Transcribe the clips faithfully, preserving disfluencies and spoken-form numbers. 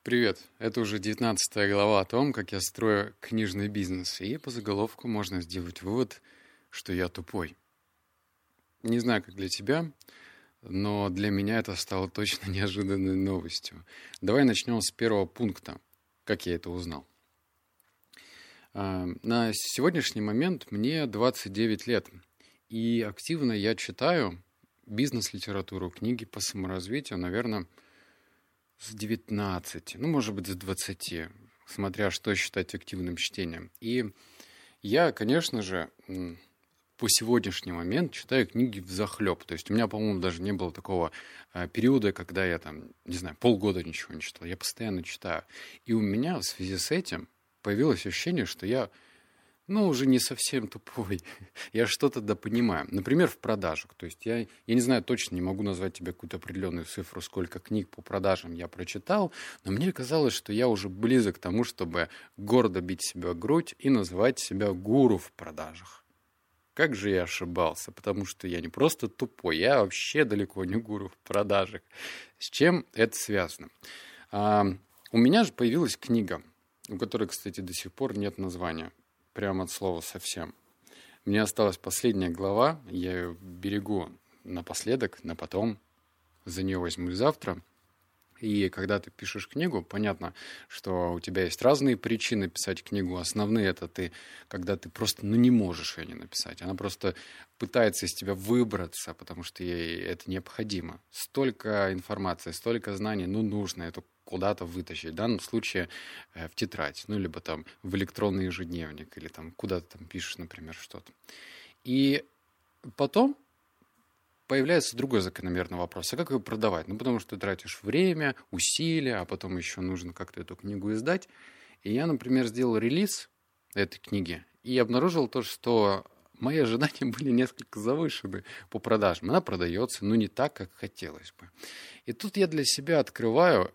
Привет. Это уже девятнадцатая глава о том, как я строю книжный бизнес. И по заголовку можно сделать вывод, что я тупой. Не знаю, как для тебя, но для меня это стало точно неожиданной новостью. Давай начнем с первого пункта, как я это узнал. А, На сегодняшний момент мне двадцать девять лет, и активно я читаю бизнес-литературу, книги по саморазвитию, наверное, с девятнадцати, ну, может быть, с двадцати, смотря что считать активным чтением. И я, конечно же, м, по сегодняшний момент читаю книги взахлеб. То есть у меня, по-моему, даже не было такого э, периода, когда я там, не знаю, полгода ничего не читал. Я постоянно читаю. И у меня в связи с этим появилось ощущение, что я, ну, уже не совсем тупой. Я что-то допонимаю. Например, в продажах. То есть я, я не знаю, точно не могу назвать тебе какую-то определенную цифру, сколько книг по продажам я прочитал, но мне казалось, что я уже близок к тому, чтобы гордо бить себя в грудь и называть себя гуру в продажах. Как же я ошибался, потому что я не просто тупой, я вообще далеко не гуру в продажах. С чем это связано? А, у меня же появилась книга, у которой, кстати, до сих пор нет названия. Прямо от слова совсем. Мне осталась последняя глава, я ее берегу напоследок, на потом, за нее возьмусь завтра. И когда ты пишешь книгу, понятно, что у тебя есть разные причины писать книгу. Основные — это ты, когда ты просто ну, не можешь ее не написать. Она просто пытается из тебя выбраться, потому что ей это необходимо. Столько информации, столько знаний, ну, нужно это куда-то вытащить. В данном случае э, в тетрадь, ну, либо там в электронный ежедневник, или там куда-то там пишешь, например, что-то. И потом появляется другой закономерный вопрос. А как ее продавать? Ну, потому что ты тратишь время, усилия, а потом еще нужно как-то эту книгу издать. И я, например, сделал релиз этой книги и обнаружил то, что мои ожидания были несколько завышены по продажам. Она продается, но не так, как хотелось бы. И тут я для себя открываю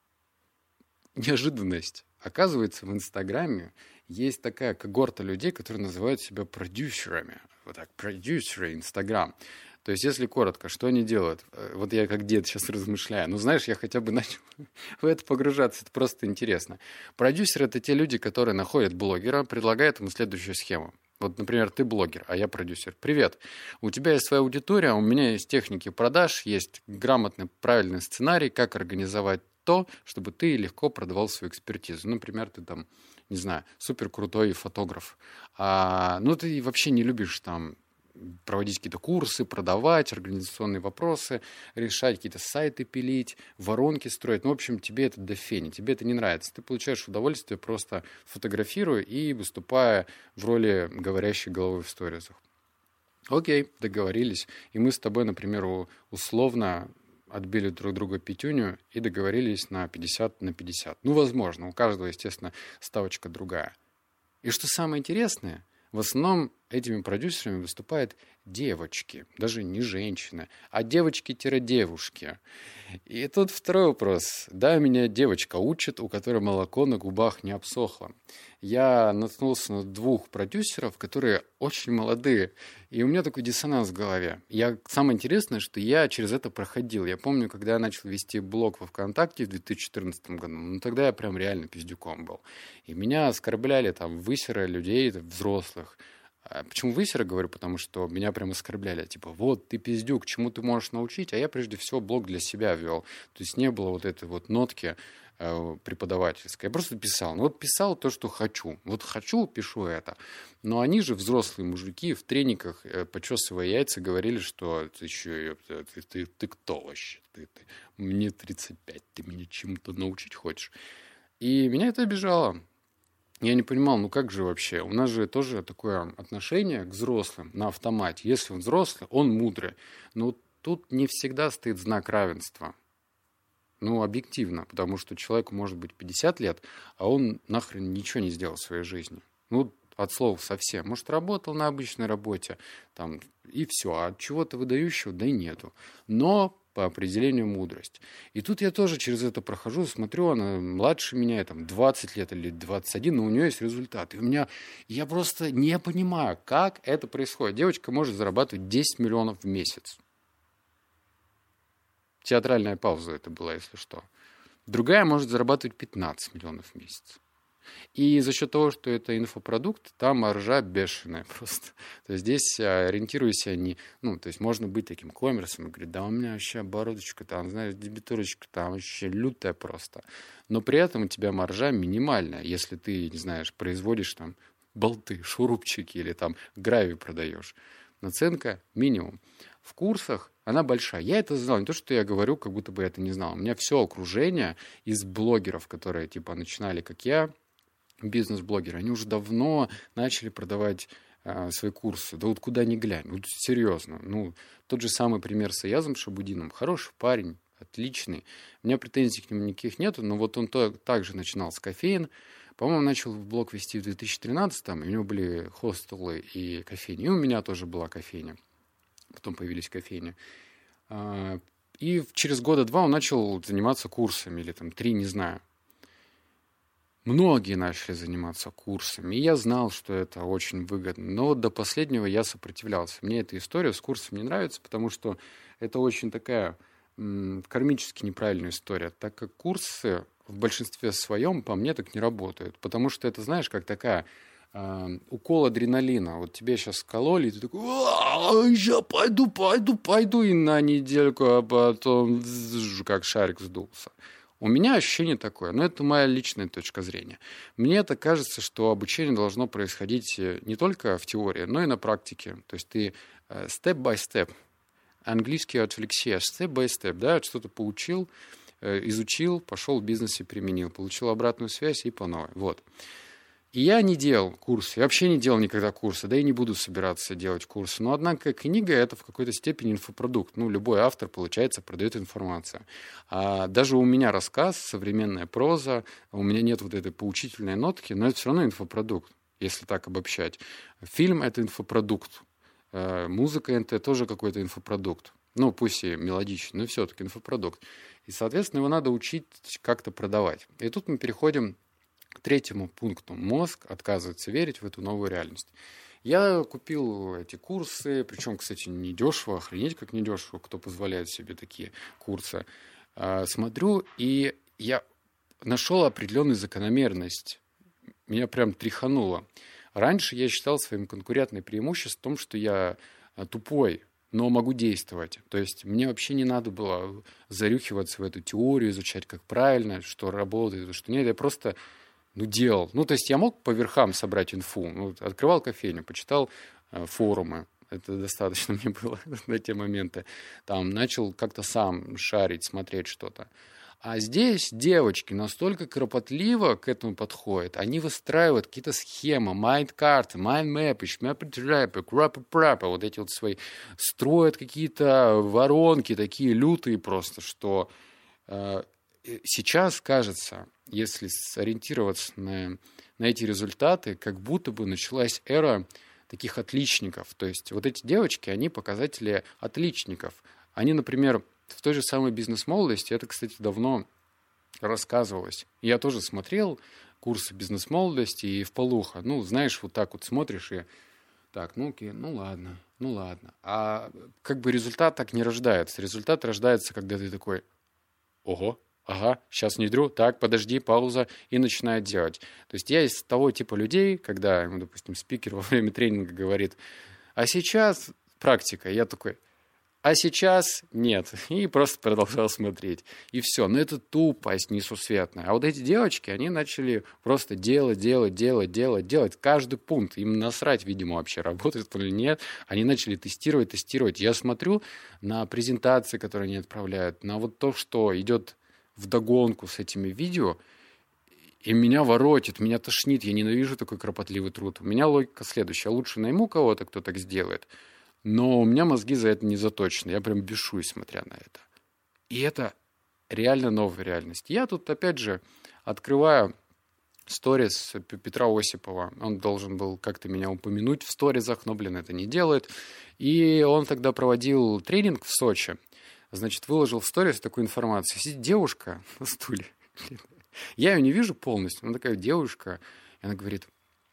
неожиданность. Оказывается, в Инстаграме есть такая когорта людей, которые называют себя продюсерами. Вот так, продюсеры Инстаграм. То есть, если коротко, что они делают? Вот я как дед сейчас размышляю. Ну, знаешь, я хотя бы начал в это погружаться. Это просто интересно. Продюсеры — это те люди, которые находят блогера, предлагают ему следующую схему. Вот, например, ты блогер, а я продюсер. Привет, у тебя есть своя аудитория, у меня есть техники продаж, есть грамотный, правильный сценарий, как организовать то, чтобы ты легко продавал свою экспертизу. Например, ты там, не знаю, супер крутой фотограф. А, ну, ты вообще не любишь там проводить какие-то курсы, продавать, организационные вопросы, решать какие-то сайты пилить, воронки строить. Ну, в общем, тебе это до фени, тебе это не нравится. Ты получаешь удовольствие просто фотографируя и выступая в роли говорящей головы в сторисах. Окей, договорились. И мы с тобой, например, условно отбили друг друга пятюню и договорились на пятьдесят на пятьдесят. Ну, возможно, у каждого, естественно, ставочка другая. И что самое интересное, в основном этими продюсерами выступают девочки, даже не женщины, а девочки-девушки. И тут второй вопрос. Да, меня девочка учит, у которой молоко на губах не обсохло. Я наткнулся на двух продюсеров, которые очень молодые, и у меня такой диссонанс в голове. Я, самое интересное, что я через это проходил. Я помню, когда я начал вести блог во ВКонтакте в две тысячи четырнадцатом году, ну тогда я прям реально пиздюком был. И меня оскорбляли там высеры людей, взрослых. Почему высеры говорю? Потому что меня прям оскорбляли. Типа, вот, ты пиздюк, чему ты можешь научить? А я прежде всего блог для себя вел. То есть не было вот этой вот нотки э, преподавательской. Я просто писал. Ну вот писал то, что хочу. Вот хочу, пишу это. Но они же, взрослые мужики, в трениках, э, почесывая яйца, говорили, что ты еще, ты, ты, ты, ты кто вообще? Ты, ты, мне тридцать пять, ты меня чему-то научить хочешь? И меня это обижало. Я не понимал, ну как же вообще? У нас же тоже такое отношение к взрослым на автомате. Если он взрослый, он мудрый. Но тут не всегда стоит знак равенства. Ну, объективно, потому что человеку может быть пятьдесят лет, а он нахрен ничего не сделал в своей жизни. Ну, от слова совсем. Может, работал на обычной работе, там, и все. А чего-то выдающего, да и нету. Но по определению мудрость. И тут я тоже через это прохожу, смотрю, она младше меня, там, двадцать лет или двадцать один, но у нее есть результат. И у меня, я просто не понимаю, как это происходит. Девочка может зарабатывать десять миллионов в месяц. Театральная пауза это была, если что. Другая может зарабатывать пятнадцать миллионов в месяц. И за счет того, что это инфопродукт, там маржа бешеная просто. То есть здесь ориентируйся не... Ну, то есть можно быть таким коммерсом и говорить, да у меня вообще обороточка там, знаешь, дебиторочка там вообще лютая просто. Но при этом у тебя маржа минимальная, если ты, не знаешь, производишь там болты, шурупчики или там гравий продаешь. Наценка минимум. В курсах она большая. Я это знал. Не то, что я говорю, как будто бы я это не знал. У меня все окружение из блогеров, которые типа начинали, как я, бизнес-блогеры, они уже давно начали продавать э, свои курсы. Да вот куда ни глянь. Вот серьезно. Ну, тот же самый пример с Аязом Шабудином. Хороший парень, отличный. У меня претензий к нему никаких нету, но вот он то, также начинал с кофеин. По-моему, начал блог вести в две тысячи тринадцатом, и у него были хостелы и кофейни. И у меня тоже была кофейня. Потом появились кофейни. И через года два он начал заниматься курсами, или там три, не знаю. Многие начали заниматься курсами, и я знал, что это очень выгодно. Но вот до последнего я сопротивлялся. Мне эта история с курсом не нравится, потому что это очень такая м, кармически неправильная история, так как курсы в большинстве своем по мне так не работают. Потому что это, знаешь, как такая э, укол адреналина. Вот тебе сейчас скололи, и ты такой, я пойду, пойду, пойду, и на недельку, а потом как шарик сдулся. У меня ощущение такое, но это моя личная точка зрения. Мне это кажется, что обучение должно происходить не только в теории, но и на практике. То есть ты step by step, английский от Алексея, step by step, да, что-то поучил, изучил, пошел в бизнесе, применил, получил обратную связь и по новой. Вот. И я не делал курсы, я вообще не делал никогда курсы, да и не буду собираться делать курсы. Но, однако, книга — это в какой-то степени инфопродукт. Ну, любой автор, получается, продает информацию. А даже у меня рассказ, современная проза, у меня нет вот этой поучительной нотки, но это все равно инфопродукт, если так обобщать. Фильм — это инфопродукт. Музыка — это тоже какой-то инфопродукт. Ну, пусть и мелодичный, но все-таки инфопродукт. И, соответственно, его надо учить как-то продавать. И тут мы переходим к третьему пункту. Мозг отказывается верить в эту новую реальность. Я купил эти курсы, причем, кстати, недешево, охренеть как недешево, кто позволяет себе такие курсы. Смотрю, и я нашел определенную закономерность. Меня прям тряхануло. Раньше я считал своим конкурентным преимуществом в том, что я тупой, но могу действовать. То есть мне вообще не надо было зарюхиваться в эту теорию, изучать, как правильно, что работает, что нет. Я просто... Ну, делал. Ну, то есть я мог по верхам собрать инфу. Ну, открывал кофейню, почитал э, форумы. Это достаточно мне было на те моменты. Там начал как-то сам шарить, смотреть что-то. А здесь девочки настолько кропотливо к этому подходят. Они выстраивают какие-то схемы, майнд-карты, майнд-мэпы, шмэпы-тряпы, крапы-прапы, вот эти вот свои. Строят какие-то воронки такие лютые просто, что... Э, Сейчас кажется, если сориентироваться на, на эти результаты, как будто бы началась эра таких отличников. То есть вот эти девочки, они показатели отличников. Они, например, в той же самой бизнес-молодости, это, кстати, давно рассказывалось. Я тоже смотрел курсы бизнес-молодости и вполуха. Ну, знаешь, вот так вот смотришь и так, ну окей, ну ладно, ну ладно. А как бы результат так не рождается. Результат рождается, когда ты такой, ого, ага, сейчас внедрю, так, подожди, пауза, и начинает делать. То есть я из того типа людей, когда, ну, допустим, спикер во время тренинга говорит, а сейчас практика, я такой, а сейчас нет, и просто продолжал смотреть, и все. Но это тупость несусветная. А вот эти девочки, они начали просто делать, делать, делать, делать, делать каждый пункт. Им насрать, видимо, вообще работает или нет. Они начали тестировать, тестировать. Я смотрю на презентации, которые они отправляют, на вот то, что идет вдогонку с этими видео, и меня воротит, меня тошнит, я ненавижу такой кропотливый труд. У меня логика следующая. Лучше найму кого-то, кто так сделает, но у меня мозги за это не заточены. Я прям бешусь, смотря на это. И это реально новая реальность. Я тут, опять же, открываю сторис Петра Осипова. Он должен был как-то меня упомянуть в сторизах, но, блин, это не делает. И он тогда проводил тренинг в Сочи. Значит, выложил в сторис такую информацию. Сидит девушка на стуле. Я ее не вижу полностью. Она такая девушка. И она говорит,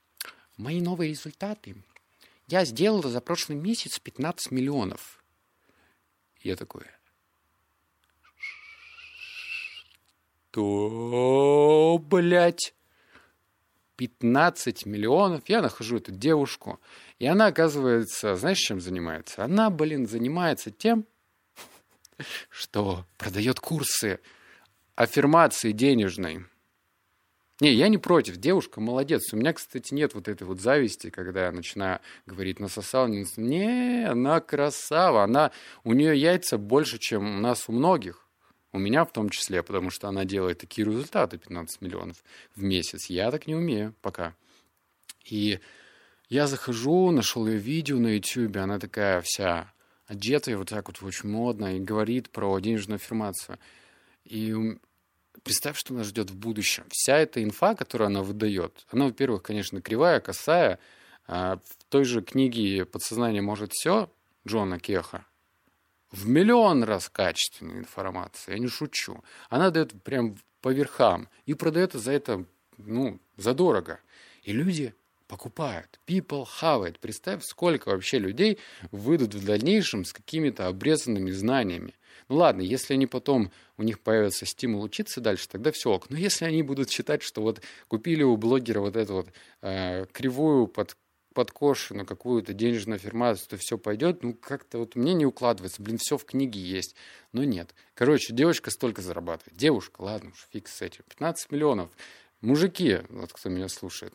мои новые результаты. Я сделала за прошлый месяц пятнадцать миллионов. И я такой... что, блядь? пятнадцать миллионов. Я нахожу эту девушку. И она, оказывается, знаешь, чем занимается? Она, блин, занимается тем, что продает курсы аффирмации денежной. Не, я не против. Девушка молодец. У меня, кстати, нет вот этой вот зависти, когда я начинаю говорить, насосал, не насосал. Не, она красава. Она, у нее яйца больше, чем у нас у многих. У меня в том числе, потому что она делает такие результаты, пятнадцать миллионов в месяц. Я так не умею пока. И я захожу, нашел ее видео на YouTube, она такая вся одетая, вот так вот очень модно, и говорит про денежную аффирмацию. И представь, что нас ждет в будущем. Вся эта инфа, которую она выдает, она, во-первых, конечно, кривая, косая. А в той же книге «Подсознание может все» Джона Кеха в миллион раз качественной информации, я не шучу. Она дает прям по верхам и продает за это, ну, задорого. И люди покупают. People have it. Представь, сколько вообще людей выйдут в дальнейшем с какими-то обрезанными знаниями. Ну ладно, если они потом, у них появится стимул учиться дальше, тогда все ок. Но если они будут считать, что вот купили у блогера вот эту вот э, кривую под подкошенную какую-то денежную аффирмацию, то все пойдет, ну, как-то вот мне не укладывается. Блин, все в книге есть. Но нет. Короче, девочка столько зарабатывает. Девушка, ладно уж, фиг с этим. пятнадцать миллионов. Мужики, вот кто меня слушает,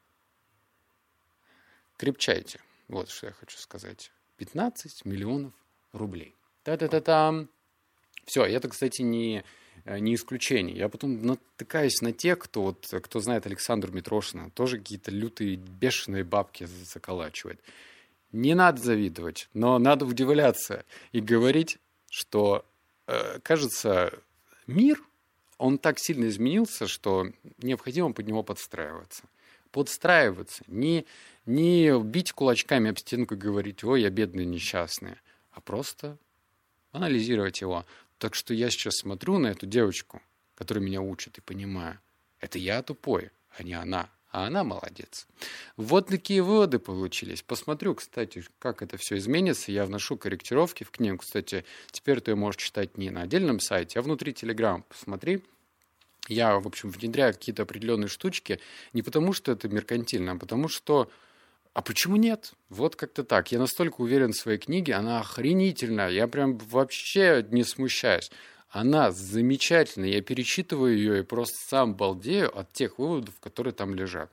крепчайте. Вот что я хочу сказать. пятнадцать миллионов рублей. Та-та-та-там. Все, это, кстати, не... не исключение. Я потом натыкаюсь на тех, кто, вот, кто знает Александру Митрошина, тоже какие-то лютые, бешеные бабки заколачивает. Не надо завидовать, но надо удивляться и говорить, что, э, кажется, мир, он так сильно изменился, что необходимо под него подстраиваться. Подстраиваться. Не, не бить кулачками об стенку и говорить, ой, я бедный, несчастный, а просто анализировать его. Так что я сейчас смотрю на эту девочку, которая меня учит, и понимаю, это я тупой, а не она. А она молодец. Вот такие выводы получились. Посмотрю, кстати, как это все изменится. Я вношу корректировки в книгу. Кстати, теперь ты ее можешь читать не на отдельном сайте, а внутри Telegram. Посмотри. Я, в общем, внедряю какие-то определенные штучки не потому, что это меркантильно, а потому что... А почему нет? Вот как-то так. Я настолько уверен в своей книге, она охренительная. Я прям вообще не смущаюсь. Она замечательная. Я перечитываю ее и просто сам балдею от тех выводов, которые там лежат.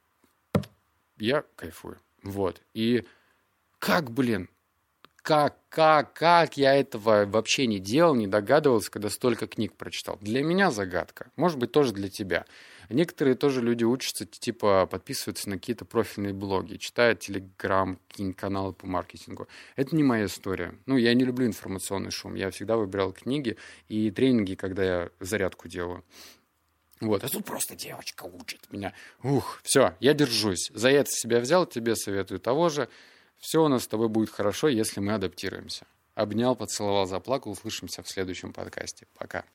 Я кайфую. Вот. И как, блин, как, как, как я этого вообще не делал, не догадывался, когда столько книг прочитал. Для меня загадка. Может быть, тоже для тебя. Некоторые тоже люди учатся, типа, подписываются на какие-то профильные блоги, читают телеграм, какие-нибудь каналы по маркетингу. Это не моя история. Ну, я не люблю информационный шум. Я всегда выбирал книги и тренинги, когда я зарядку делаю. Вот. А тут просто девочка учит меня. Ух, все, я держусь. За это себя взял, тебе советую того же. Все у нас с тобой будет хорошо, если мы адаптируемся. Обнял, поцеловал, заплакал. Услышимся в следующем подкасте. Пока.